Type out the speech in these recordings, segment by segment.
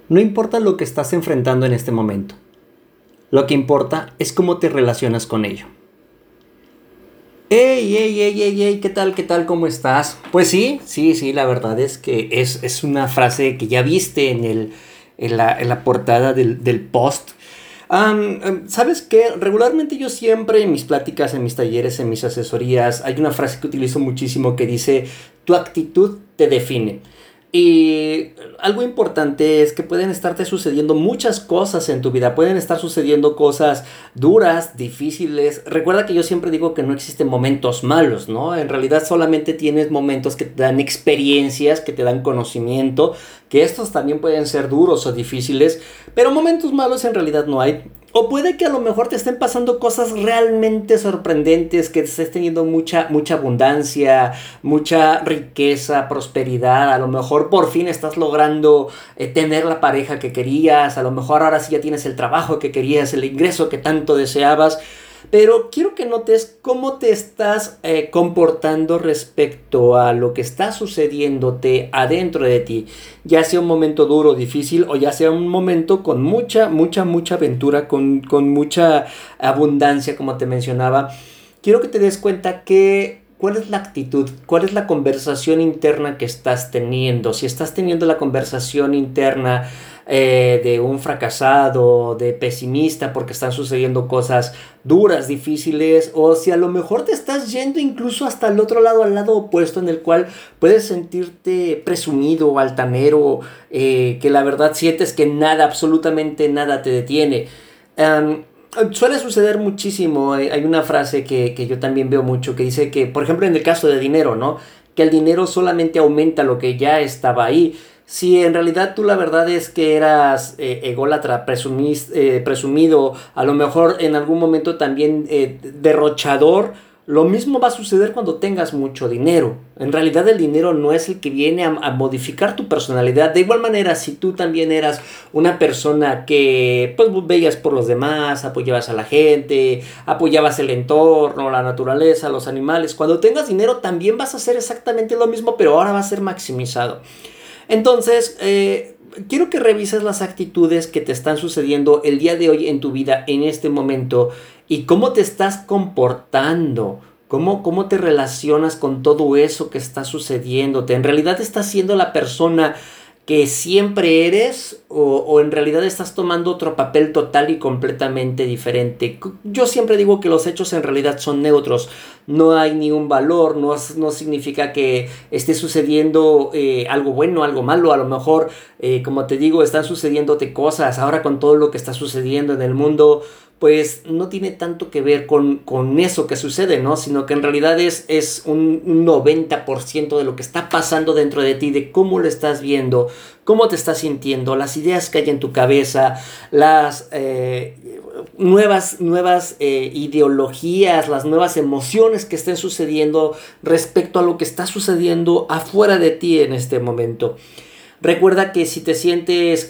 No importa lo que estás enfrentando en este momento. Lo que importa es cómo te relacionas con ello. ¡Ey, ey, ey, ey, ey! ¿Qué tal, qué tal, cómo estás? Pues sí, la verdad es que es una frase que ya viste en la portada del post. ¿Sabes qué? Regularmente yo siempre en mis pláticas, en mis talleres, en mis asesorías, hay una frase que utilizo muchísimo que dice, tu actitud te define. Y algo importante es que pueden estarte sucediendo muchas cosas en tu vida, pueden estar sucediendo cosas duras, difíciles. Recuerda que yo siempre digo que no existen momentos malos, ¿no? En realidad solamente tienes momentos que te dan experiencias, que te dan conocimiento, que estos también pueden ser duros o difíciles, pero momentos malos en realidad no hay. O puede que a lo mejor te estén pasando cosas realmente sorprendentes, que estés teniendo mucha abundancia, mucha riqueza, prosperidad. A lo mejor por fin estás logrando tener la pareja que querías. A lo mejor ahora sí ya tienes el trabajo que querías, el ingreso que tanto deseabas. Pero quiero que notes cómo te estás comportando respecto a lo que está sucediéndote adentro de ti. Ya sea un momento duro, difícil, o ya sea un momento con mucha aventura, con mucha abundancia, como te mencionaba. Quiero que te des cuenta que cuál es la actitud, cuál es la conversación interna que estás teniendo. Si estás teniendo la conversación interna de un fracasado, de pesimista porque están sucediendo cosas duras, difíciles, o si a lo mejor te estás yendo incluso hasta el otro lado, al lado opuesto, en el cual puedes sentirte presumido, altanero, que la verdad sientes que nada, absolutamente nada te detiene. Um, Suele suceder muchísimo. Hay una frase que yo también veo mucho que dice que, por ejemplo, en el caso de dinero, ¿no? Que el dinero solamente aumenta lo que ya estaba ahí. Si en realidad tú la verdad es que eras ególatra, presumido, a lo mejor en algún momento también derrochador, lo mismo va a suceder cuando tengas mucho dinero. En realidad el dinero no es el que viene a modificar tu personalidad. De igual manera, si tú también eras una persona que pues veías por los demás, apoyabas a la gente, apoyabas el entorno, la naturaleza, los animales, cuando tengas dinero también vas a hacer exactamente lo mismo, pero ahora va a ser maximizado. Entonces, quiero que revises las actitudes que te están sucediendo el día de hoy en tu vida, en este momento, y cómo te estás comportando, cómo te relacionas con todo eso que está sucediéndote. ¿En realidad estás siendo la persona que siempre eres o en realidad estás tomando otro papel total y completamente diferente? Yo siempre digo que los hechos en realidad son neutros, no hay ni un valor, no significa que esté sucediendo algo bueno, algo malo. A lo mejor, como te digo, están sucediéndote cosas ahora con todo lo que está sucediendo en el mundo, pues no tiene tanto que ver con eso que sucede, ¿no? Sino que en realidad es un 90% de lo que está pasando dentro de ti, de cómo lo estás viendo, cómo te estás sintiendo, las ideas que hay en tu cabeza, las nuevas ideologías, las nuevas emociones que estén sucediendo respecto a lo que está sucediendo afuera de ti en este momento. Recuerda que si te sientes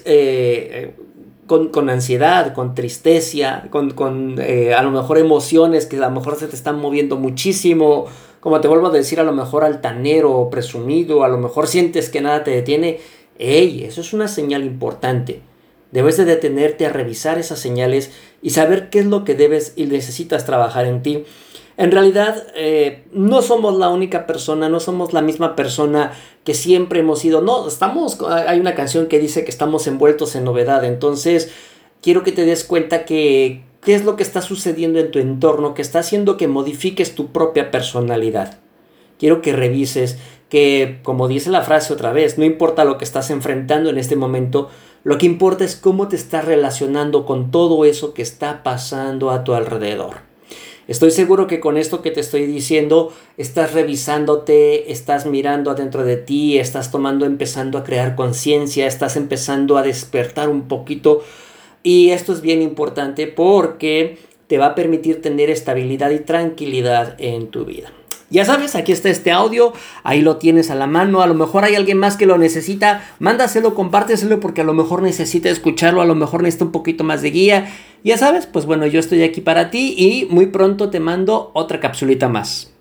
con ansiedad, con tristeza, con a lo mejor emociones que a lo mejor se te están moviendo muchísimo, como te vuelvo a decir, a lo mejor altanero, presumido, a lo mejor sientes que nada te detiene, ¡ey! Eso es una señal importante. Debes de detenerte a revisar esas señales y saber qué es lo que debes y necesitas trabajar en ti. En realidad, no somos la única persona, no somos la misma persona que siempre hemos sido. No, hay una canción que dice que estamos envueltos en novedad. Entonces, quiero que te des cuenta que qué es lo que está sucediendo en tu entorno, que está haciendo que modifiques tu propia personalidad. Quiero que revises que, como dice la frase otra vez, no importa lo que estás enfrentando en este momento, lo que importa es cómo te estás relacionando con todo eso que está pasando a tu alrededor. Estoy seguro que con esto que te estoy diciendo, estás revisándote, estás mirando adentro de ti, estás empezando a crear conciencia, estás empezando a despertar un poquito. Y esto es bien importante porque te va a permitir tener estabilidad y tranquilidad en tu vida. Ya sabes, aquí está este audio, ahí lo tienes a la mano. A lo mejor hay alguien más que lo necesita, mándaselo, compárteselo, porque a lo mejor necesita escucharlo, a lo mejor necesita un poquito más de guía. Ya sabes, pues bueno, yo estoy aquí para ti y muy pronto te mando otra capsulita más.